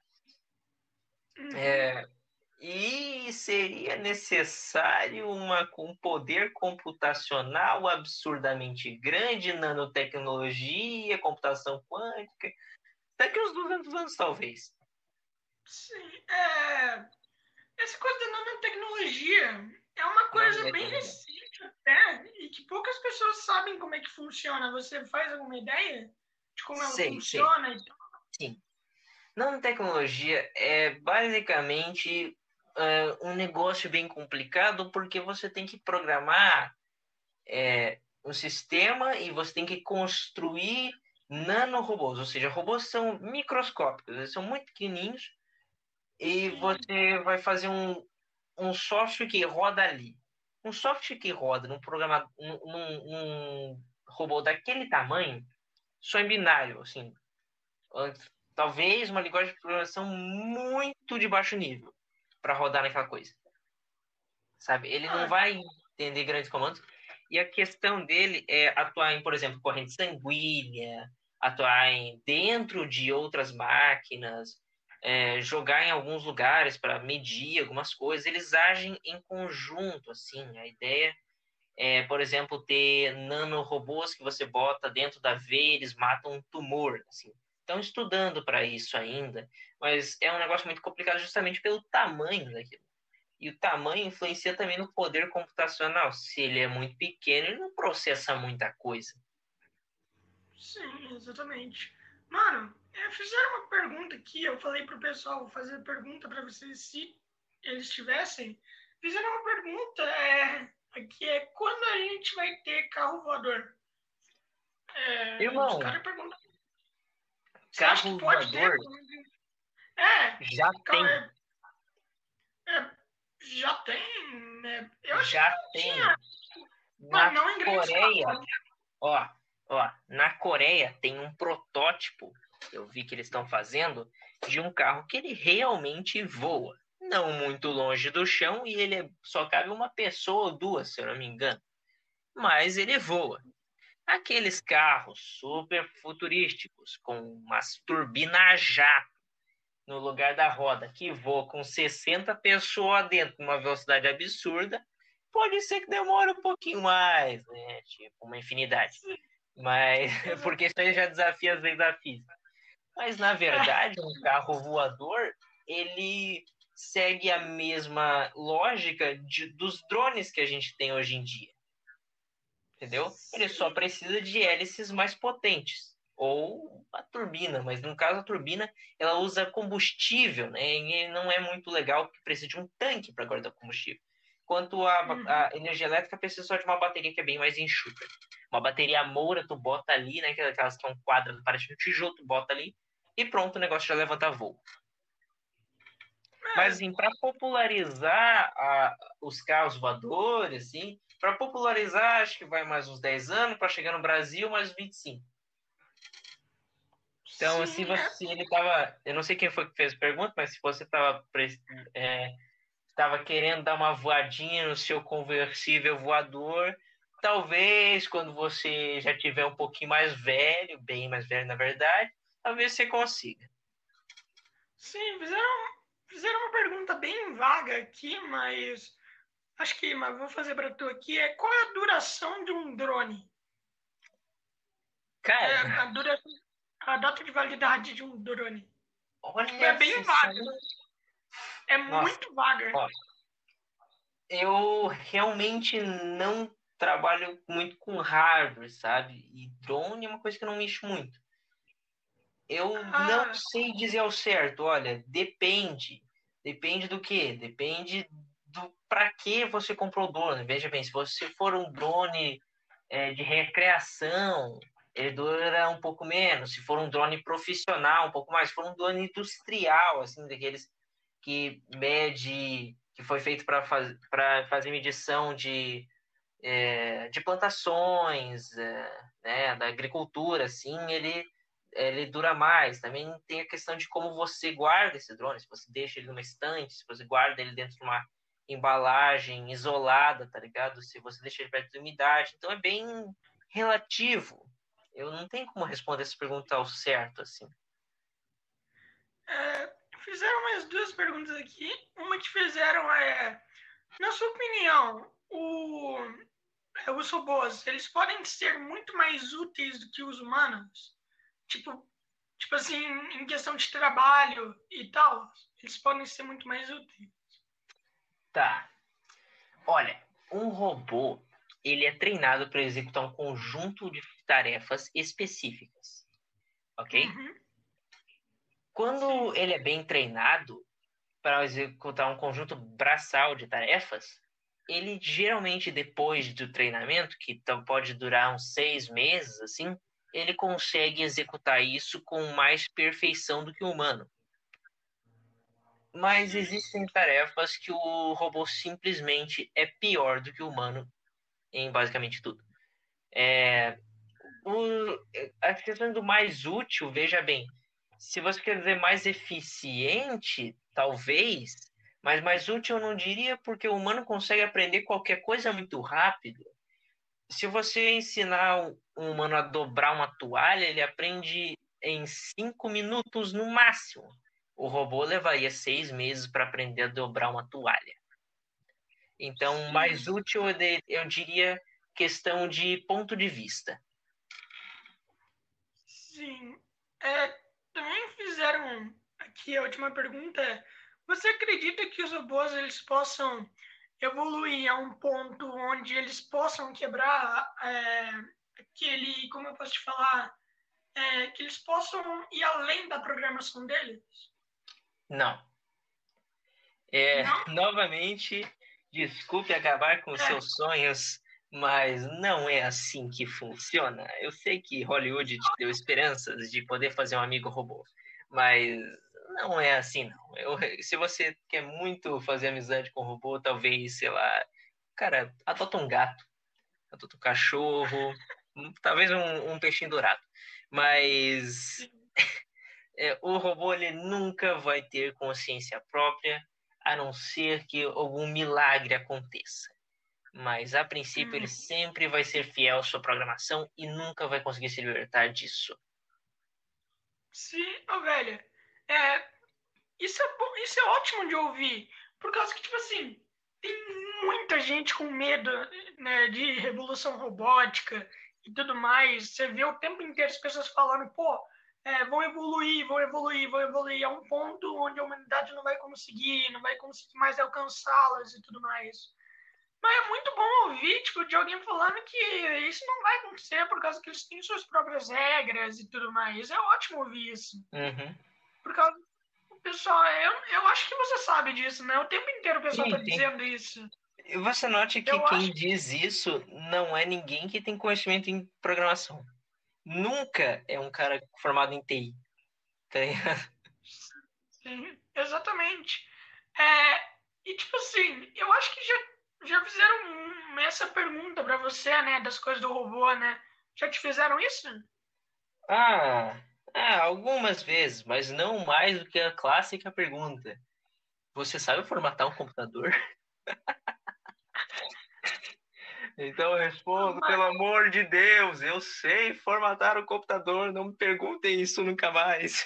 Uhum. É, e seria necessário uma, um poder computacional absurdamente grande, nanotecnologia, computação quântica, daqui uns duzentos anos, talvez. Sim. É, essa coisa da nanotecnologia é uma coisa bem Nanotecnologia. recente até e que poucas pessoas sabem como é que funciona. Você faz alguma ideia de como ela Sei, sei. funciona e tal? Sim. Nanotecnologia é basicamente uh, um negócio bem complicado porque você tem que programar é, um sistema e você tem que construir nanorobôs, ou seja, robôs são microscópicos, eles são muito pequenininhos e Sim. você vai fazer um, um software que roda ali. Um software que roda num programa, num, num robô daquele tamanho só em binário, assim. Talvez uma linguagem de programação muito de baixo nível para rodar naquela coisa. Sabe? Ele não Ah, vai entender grandes comandos. E a questão dele é atuar em, por exemplo, corrente sanguínea, atuar em, dentro de outras máquinas, é, jogar em alguns lugares para medir algumas coisas. Eles agem em conjunto, assim. A ideia é, por exemplo, ter nanorobôs que você bota dentro da veia, eles matam um tumor, assim. Estão estudando para isso ainda, mas é um negócio muito complicado justamente pelo tamanho daquilo. E o tamanho influencia também no poder computacional. Se ele é muito pequeno, ele não processa muita coisa. sim, exatamente. Mano, é, fizeram uma pergunta aqui, eu falei pro pessoal fazer pergunta para vocês se eles tivessem. Fizeram uma pergunta, é, aqui é quando a gente vai ter carro voador? É, os Irmão, caras perguntam, você acha que carro pode ter? voador É, já tem. é, é, já tem, né? Eu achei que Já não tem. tinha, mas Na não em grande Coreia, escala. ó, ó, na Coreia tem um protótipo, eu vi que eles estão fazendo, de um carro que ele realmente voa. Não muito longe do chão e ele é, só cabe uma pessoa ou duas, se eu não me engano. Mas ele voa. Aqueles carros super futurísticos, com umas turbinas a jato no lugar da roda, que voa com sessenta pessoas dentro, numa velocidade absurda, pode ser que demore um pouquinho mais, né? Tipo, uma infinidade. Mas, porque isso aí já desafia as leis da física. Mas, na verdade, um carro voador, ele segue a mesma lógica de, dos drones que a gente tem hoje em dia. Entendeu? Ele só precisa de hélices mais potentes. Ou a turbina, mas no caso a turbina ela usa combustível, né? E não é muito legal porque precisa de um tanque para guardar combustível. Enquanto a, Uhum. a energia elétrica precisa só de uma bateria que é bem mais enxuta. Uma bateria Moura, tu bota ali, né? Aquelas que é um quadro, parece um tijolo, tu bota ali e pronto, o negócio já levanta voo. Mas, É, assim, para popularizar a, os carros voadores, assim, para popularizar, acho que vai mais uns dez anos, para chegar no Brasil, mais uns vinte e cinco. Então, se sim, é. você ele tava, eu não sei quem foi que fez a pergunta, mas se você estava é, tava querendo dar uma voadinha no seu conversível voador, talvez quando você já tiver um pouquinho mais velho, bem mais velho na verdade, talvez você consiga. Sim, fizeram, fizeram uma pergunta bem vaga aqui, mas acho que mas vou fazer para tu aqui. É qual é a duração de um drone? É Cara, a, dura, a data de validade de um drone. Tipo, é olha, bem vaga. sinceramente, É nossa, muito vaga. ó, eu realmente não trabalho muito com hardware, sabe? E drone é uma coisa que eu não mexo muito. Eu não Ah, sei dizer ao certo, olha, depende. Depende do quê? Depende do para que você comprou o drone. Veja bem, se você for um drone é, de recreação, ele dura um pouco menos. Se for um drone profissional, um pouco mais. Se for um drone industrial, assim, daqueles que mede, que foi feito para faz, fazer medição de, é, de plantações, é, né, da agricultura, assim, ele, ele dura mais. Também tem a questão de como você guarda esse drone, se você deixa ele numa estante, se você guarda ele dentro de uma embalagem isolada, tá ligado? Se você deixa ele perto da umidade. Então é bem relativo. Eu não tenho como responder essa pergunta ao certo, assim. é, fizeram mais duas perguntas aqui. Uma que fizeram é, na sua opinião, o, é, os robôs, eles podem ser muito mais úteis do que os humanos? Tipo, tipo assim, em questão de trabalho e tal, eles podem ser muito mais úteis. Tá. Olha, um robô, ele é treinado para executar um conjunto de tarefas específicas, ok? Uhum, Quando sim. ele é bem treinado para executar um conjunto braçal de tarefas, ele geralmente depois do treinamento, que pode durar uns seis meses, assim, ele consegue executar isso com mais perfeição do que o humano. Mas Sim. existem tarefas que o robô simplesmente é pior do que o humano em basicamente tudo. É, o, a questão do mais útil, veja bem, se você quer dizer mais eficiente, talvez, mas mais útil eu não diria, porque o humano consegue aprender qualquer coisa muito rápido. Se você ensinar um humano a dobrar uma toalha, ele aprende em cinco minutos no máximo. O robô levaria seis meses para aprender a dobrar uma toalha. Então, Sim. mais útil, eu diria, questão de ponto de vista. Sim. É, também fizeram aqui a última pergunta é, você acredita que os robôs eles possam evoluir a um ponto onde eles possam quebrar é, aquele, como eu posso te falar, é, que eles possam ir além da programação deles? Não. É, Não? novamente, desculpe acabar com os É. seus sonhos, mas não é assim que funciona. Eu sei que Hollywood te deu esperanças de poder fazer um amigo robô, mas não é assim, não. Eu, se você quer muito fazer amizade com o robô, talvez, sei lá, cara, adota um gato, adota um cachorro, talvez um, um peixinho dourado. Mas é, o robô ele nunca vai ter consciência própria, a não ser que algum milagre aconteça. Mas, a princípio, ele sempre vai ser fiel à sua programação e nunca vai conseguir se libertar disso. Sim, ô velho. É, isso, é bom, isso é ótimo de ouvir. Por causa que, tipo assim, tem muita gente com medo, né, de revolução robótica e tudo mais. Você vê o tempo inteiro as pessoas falando, pô, é, vão evoluir, vão evoluir, vão evoluir. É um ponto onde a humanidade não vai conseguir, não vai conseguir mais alcançá-las e tudo mais. Mas é muito bom ouvir, tipo, de alguém falando que isso não vai acontecer por causa que eles têm suas próprias regras e tudo mais. É ótimo ouvir isso. Uhum. Por causa o pessoal, eu, eu acho que você sabe disso, né? O tempo inteiro o pessoal Sim, tá sim. dizendo isso. E você note que Eu quem acho que diz isso não é ninguém que tem conhecimento em programação. Nunca é um cara formado em T I. Tá ligado? sim, exatamente. É, e tipo assim, eu acho que já, já fizeram um- essa pergunta pra você, né? Das coisas do robô, né? Já te fizeram isso? Ah, ah, algumas vezes, mas não mais do que a clássica pergunta. Você sabe formatar um computador? Então eu respondo, Mas, pelo amor de Deus, eu sei formatar o computador, não me perguntem isso nunca mais.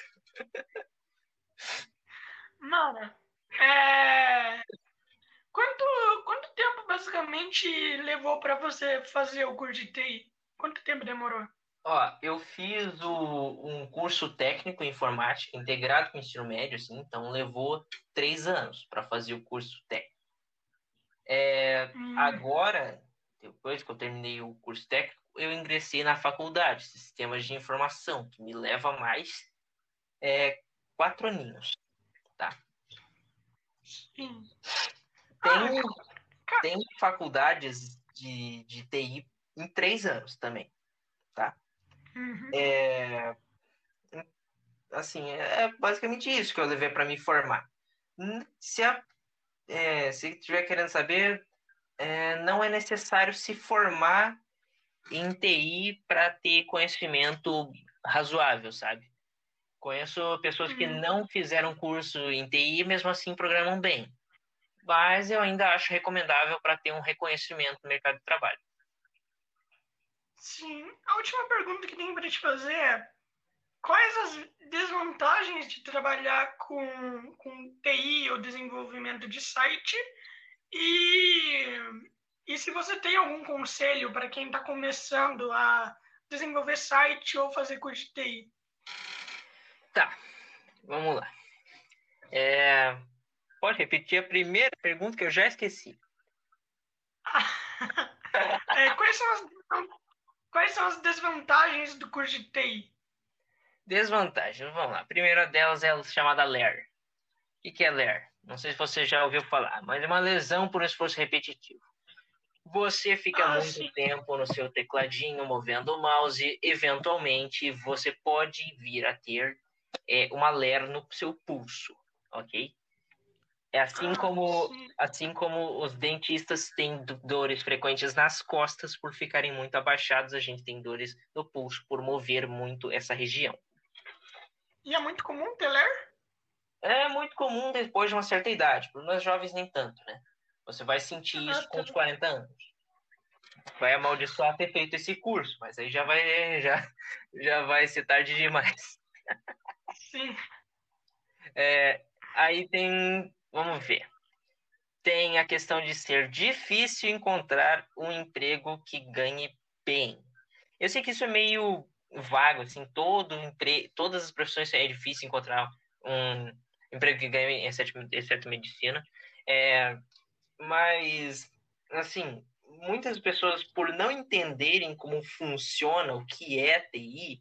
mano, é, quanto, quanto tempo basicamente levou pra você fazer o curso de T I? Quanto tempo demorou? Ó, eu fiz o, um curso técnico em informática integrado com o ensino médio, assim, então levou três anos para fazer o curso técnico. É, Hum, agora, depois que eu terminei o curso técnico, eu ingressei na faculdade, Sistemas de Informação, que me leva mais é, quatro aninhos, tá? sim. Tem, Ah, cara, tem faculdades de, de T I em três anos também, tá? uhum. É, assim, é basicamente isso que eu levei para me formar. Se, a, é, se estiver querendo saber, é, não é necessário se formar em T I para ter conhecimento razoável, sabe? Conheço pessoas que Hum, não fizeram curso em T I e mesmo assim programam bem. Mas eu ainda acho recomendável para ter um reconhecimento no mercado de trabalho. sim. A última pergunta que tenho para te fazer é: quais as desvantagens de trabalhar com, com T I ou desenvolvimento de site? E, e se você tem algum conselho para quem está começando a desenvolver site ou fazer curso de T I? Tá, vamos lá. É, pode repetir a primeira pergunta que eu já esqueci. É, quais, são as, quais são as desvantagens do curso de T I? Desvantagens, vamos lá. A primeira delas é a chamada L E R. O que é L E R? Não sei se você já ouviu falar, mas é uma lesão por esforço repetitivo. Você fica Ah, muito sim. tempo no seu tecladinho movendo o mouse, eventualmente você pode vir a ter é, uma L E R no seu pulso, ok? É assim Ah, como, sim. assim como os dentistas têm do- dores frequentes nas costas por ficarem muito abaixados, a gente tem dores no pulso por mover muito essa região. E é muito comum ter ler? É muito comum depois de uma certa idade, para os jovens nem tanto, né? Você vai sentir Ah, isso com tá. os quarenta anos. Vai amaldiçoar ter feito esse curso, mas aí já vai, já, já vai ser tarde demais. Sim. É, aí tem, vamos ver, tem a questão de ser difícil encontrar um emprego que ganhe bem. Eu sei que isso é meio vago, assim, todo empre... todas as profissões é difícil encontrar um emprego que ganhe, exceto, exceto medicina. É, mas, assim, muitas pessoas, por não entenderem como funciona, o que é T I,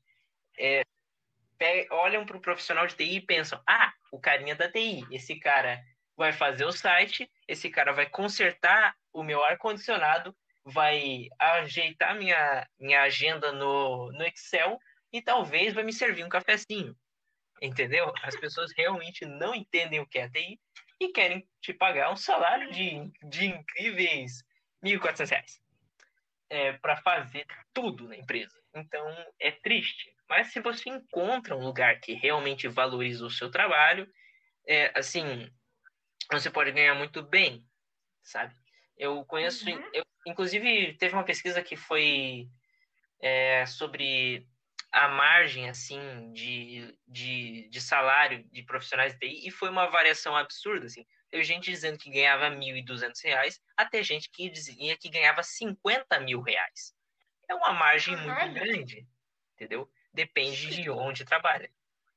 pe- olham para o profissional de T I e pensam: ah, o carinha da T I, esse cara vai fazer o site, esse cara vai consertar o meu ar-condicionado, vai ajeitar minha, minha agenda no, no Excel e talvez vai me servir um cafezinho. Entendeu? As pessoas realmente não entendem o que é T I e querem te pagar um salário de, de incríveis mil e quatrocentos reais é, para fazer tudo na empresa. Então é triste. Mas se você encontra um lugar que realmente valoriza o seu trabalho, é, assim, você pode ganhar muito bem, sabe? Eu conheço, Uhum. eu, inclusive teve uma pesquisa que foi é, sobre a margem assim de, de, de salário de profissionais de T I e foi uma variação absurda assim. Teve gente dizendo que ganhava mil e duzentos reais, até gente que dizia que ganhava cinquenta mil reais. É uma margem muito Caralho. grande, entendeu? Depende Sim. de onde trabalha.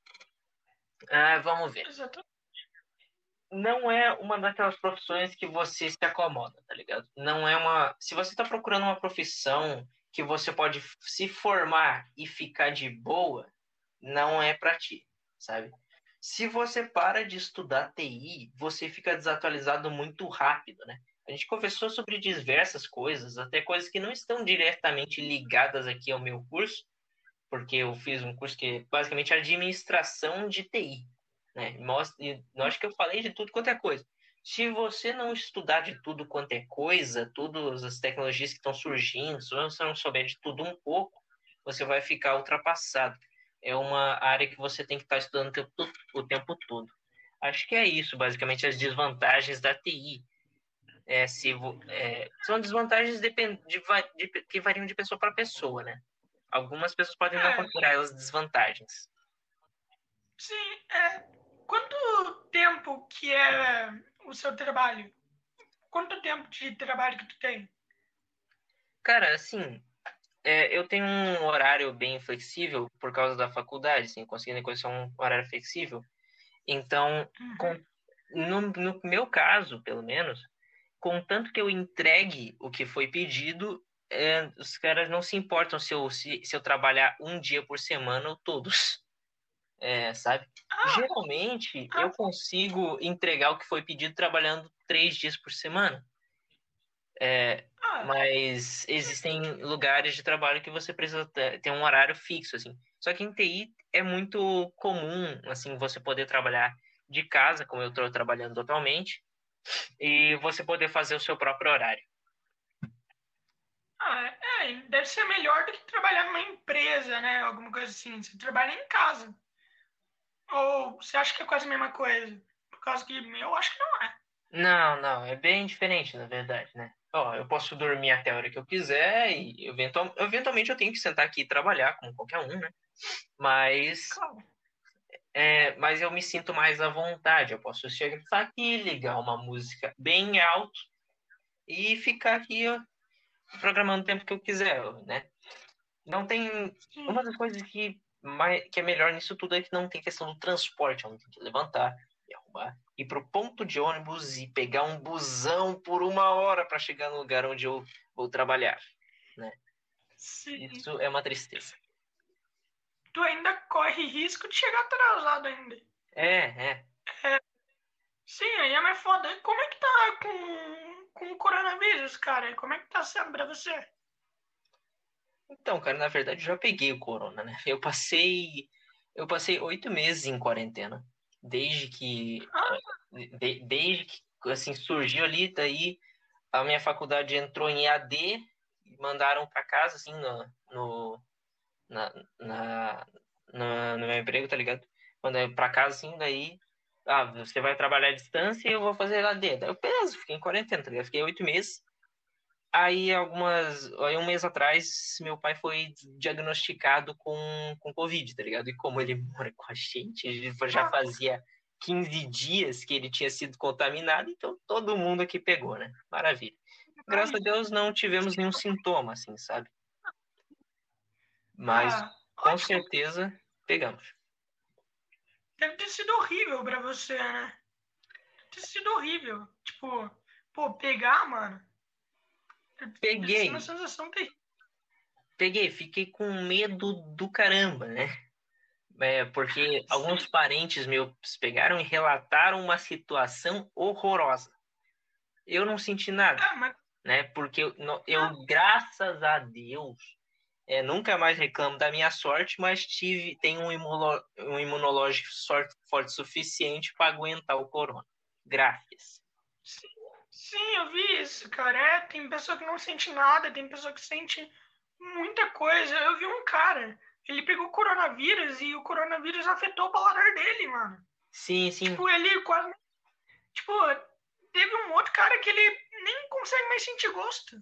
Ah, vamos ver. Exatamente. Não é uma daquelas profissões que você se acomoda, tá ligado? Não é uma. Se você está procurando uma profissão que você pode se formar e ficar de boa, não é para ti, sabe? Se você para de estudar T I, você fica desatualizado muito rápido, né? A gente conversou sobre diversas coisas, até coisas que não estão diretamente ligadas aqui ao meu curso, porque eu fiz um curso que é basicamente administração de T I, né? Mostra, e acho que eu falei de tudo quanto é coisa. Se você não estudar de tudo quanto é coisa, todas as tecnologias que estão surgindo, se você não souber de tudo um pouco, você vai ficar ultrapassado. É uma área que você tem que estar estudando o tempo, o tempo todo. Acho que é isso, basicamente, as desvantagens da T I. É, se, é, são desvantagens de, de, de, que variam de pessoa para pessoa, né? Algumas pessoas podem não É, considerar elas desvantagens. sim. É. Quanto tempo que é o seu trabalho? Quanto tempo de trabalho que tu tem? Cara, assim, é, eu tenho um horário bem flexível por causa da faculdade, assim, consegui negociar um horário flexível. Então, Uhum. com, no, no meu caso, pelo menos, contanto que eu entregue o que foi pedido, é, os caras não se importam se eu, se, se eu trabalhar um dia por semana ou todos, é, sabe? Ah, Geralmente, eu ah, consigo entregar o que foi pedido trabalhando três dias por semana. É, ah, mas existem lugares de trabalho que você precisa ter ter um horário fixo, assim. Só que em T I é muito comum, assim, você poder trabalhar de casa, como eu estou trabalhando atualmente, e você poder fazer o seu próprio horário. ah, é, deve ser melhor do que trabalhar numa empresa, né? Alguma coisa assim. Você trabalha em casa. Ou você acha que é quase a mesma coisa? Por causa que eu acho que não é. Não, não, é bem diferente, na verdade, né? Ó, eu posso dormir até a hora que eu quiser e eventual, eventualmente eu tenho que sentar aqui e trabalhar, como qualquer um, né? Mas Claro. É, mas eu me sinto mais à vontade. Eu posso chegar aqui, ligar uma música bem alto e ficar aqui ó, programando o tempo que eu quiser, né? Não tem. Uma Sim. das coisas que, mais, que é melhor nisso tudo é que não tem questão do transporte. Eu não tenho que levantar e arrumar, ir para o ponto de ônibus e pegar um busão por uma hora para chegar no lugar onde eu vou trabalhar, né? Sim. Isso é uma tristeza. Tu ainda corre risco de chegar atrasado ainda. É, é. Sim, aí é mais foda. Como é que tá com, com o coronavírus, cara? Como é que tá sendo pra você? Então, cara, na verdade, eu já peguei o corona, né? Eu passei, eu passei oito meses em quarentena. desde que, Ah, de, desde que assim, surgiu ali, daí a minha faculdade entrou em E A D e mandaram para casa, assim, no, no, na, na, na, no meu emprego, tá ligado? Mandaram para casa, assim, daí, ah, você vai trabalhar à distância e eu vou fazer E A D. Daí eu, beleza, fiquei em quarentena, tá ligado? Fiquei oito meses. Aí, algumas, aí um mês atrás, meu pai foi diagnosticado com, com Covid, tá ligado? E como ele mora com a gente, ele já ah, fazia quinze dias que ele tinha sido contaminado, então todo mundo aqui pegou, né? Maravilha. Graças a ai, Deus não tivemos nenhum sintoma, assim, sabe? Mas ah, com ótimo. certeza pegamos. Deve ter sido horrível pra você, né? Deve ter sido horrível. Tipo, pô, pegar, mano, deve ser uma Peguei, sensação terrível. peguei, fiquei com medo do caramba, né? É, porque alguns Sim. parentes meus pegaram e relataram uma situação horrorosa. Eu não senti nada, Ah, mas, né? Porque eu, no- ah, eu, graças a Deus, é, nunca mais reclamo da minha sorte, mas tive, tenho um, imuno, um imunológico sorte, forte o suficiente para aguentar o corona. Graças. sim, sim, eu vi isso, cara. É, tem pessoa que não sente nada, tem pessoa que sente muita coisa. Eu vi um cara, ele pegou coronavírus e o coronavírus afetou o paladar dele, mano. Sim, sim. Tipo, ele quase. Tipo, teve um outro cara que ele nem consegue mais sentir gosto.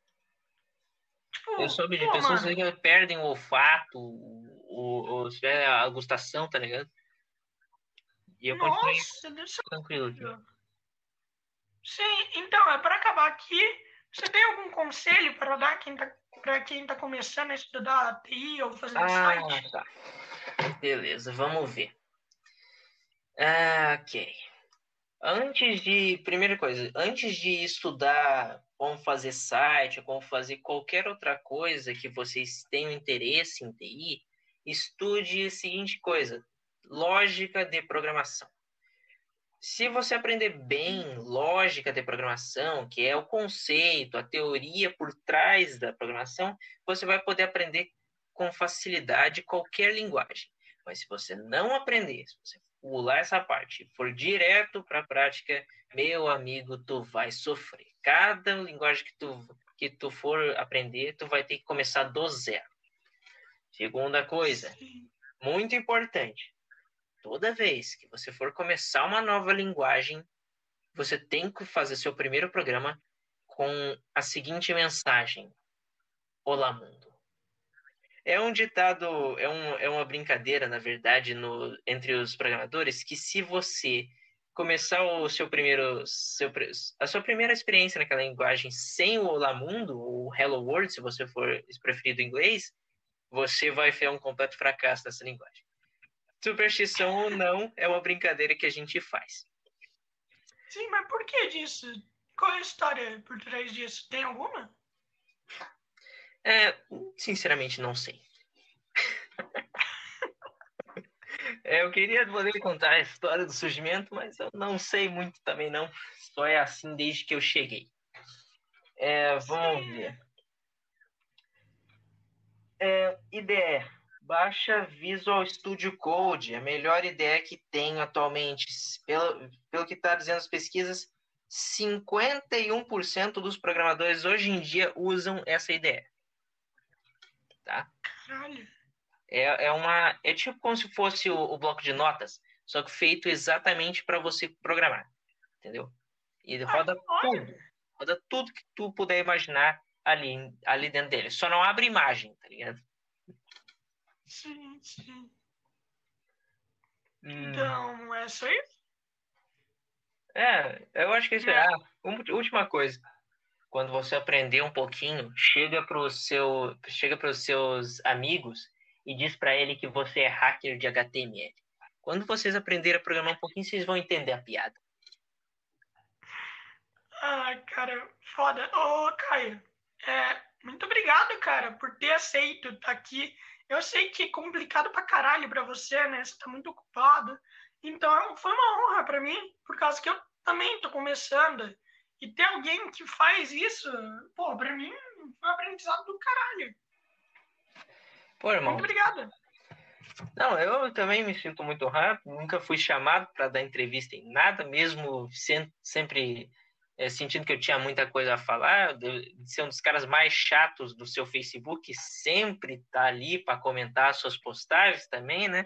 Eu Tipo, soube de pô, pessoas mano. que perdem o olfato, o, o, é, a gustação, tá ligado? E eu continuei Nossa, deve ser tranquilo aqui. horrível. Sim, então, é para acabar aqui. Você tem algum conselho para dar quem tá, para quem está começando a estudar T I ou fazer Ah, site? tá. Beleza, vamos ver. Ah, ok. Antes de, primeira coisa, antes de estudar como fazer site, como fazer qualquer outra coisa que vocês tenham interesse em T I, estude a seguinte coisa: lógica de programação. Se você aprender bem lógica de programação, que é o conceito, a teoria por trás da programação, você vai poder aprender com facilidade qualquer linguagem. Mas se você não aprender, se você pular essa parte e for direto para a prática, meu amigo, tu vai sofrer. Cada linguagem que tu, que tu for aprender, tu vai ter que começar do zero. Segunda coisa, Sim. muito importante. Toda vez que você for começar uma nova linguagem, você tem que fazer seu primeiro programa com a seguinte mensagem: Olá, mundo. É um ditado, é, um, é uma brincadeira, na verdade, no, entre os programadores, que se você começar o seu primeiro, seu, a sua primeira experiência naquela linguagem sem o Olá Mundo, ou Hello World, se você for preferido em inglês, você vai ter um completo fracasso nessa linguagem. Superstição ou não, é uma brincadeira que a gente faz. Sim, mas por que disso? Qual é a história por trás disso? Tem alguma? É, sinceramente, não sei. É, eu queria poder contar a história do surgimento, mas eu não sei muito também não. Só é assim desde que eu cheguei. É, vamos Sim. ver. É, I D E. Baixa Visual Studio Code. A melhor ideia que tenho atualmente. Pelo, pelo que está dizendo as pesquisas, cinquenta e um por cento dos programadores hoje em dia usam essa ideia. Tá? Caralho. É, é, uma, é tipo como se fosse o, o bloco de notas, só que feito exatamente para você programar. Entendeu? E Ah, roda olha. tudo. Roda tudo que tu puder imaginar ali, ali dentro dele. Só não abre imagem, tá ligado? Sim, sim. Hum. Então, é só isso? É, eu acho que isso é. É. Ah, uma última coisa. Quando você aprender um pouquinho, chega pro seu, chega para os seus amigos e diz para ele que você é hacker de H T M L. Quando vocês aprenderem a programar um pouquinho, vocês vão entender a piada. Ah, cara, foda. Ô, Caio, é, muito obrigado, cara, por ter aceito estar aqui. Eu sei que é complicado pra caralho pra você, né? Você tá muito ocupado. Então, foi uma honra pra mim, por causa que eu também tô começando. E ter alguém que faz isso, pô, pra mim foi um aprendizado do caralho. Pô, Muito irmão, obrigado. Não, eu também me sinto muito rápido, nunca fui chamado para dar entrevista em nada, mesmo sem- sempre é, sentindo que eu tinha muita coisa a falar, de, de ser um dos caras mais chatos do seu Facebook, sempre tá ali para comentar suas postagens também, né?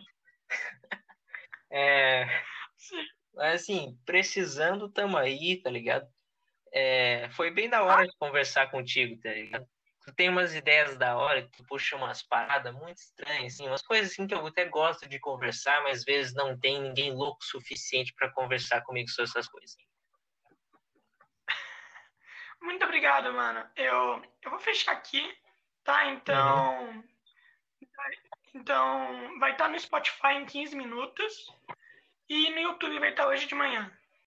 É, Sim. mas assim, precisando, tamo aí, tá ligado? É, foi bem da Ah, hora de conversar contigo, tá ligado? Tu tem umas ideias da hora, tu puxa umas paradas muito estranhas, assim, umas coisas assim que eu até gosto de conversar, mas às vezes não tem ninguém louco o suficiente para conversar comigo sobre essas coisas. muito obrigado, mano. Eu, eu vou fechar aqui, tá? Uhum. Então, então vai estar no Spotify em quinze minutos e no YouTube vai estar hoje de manhã.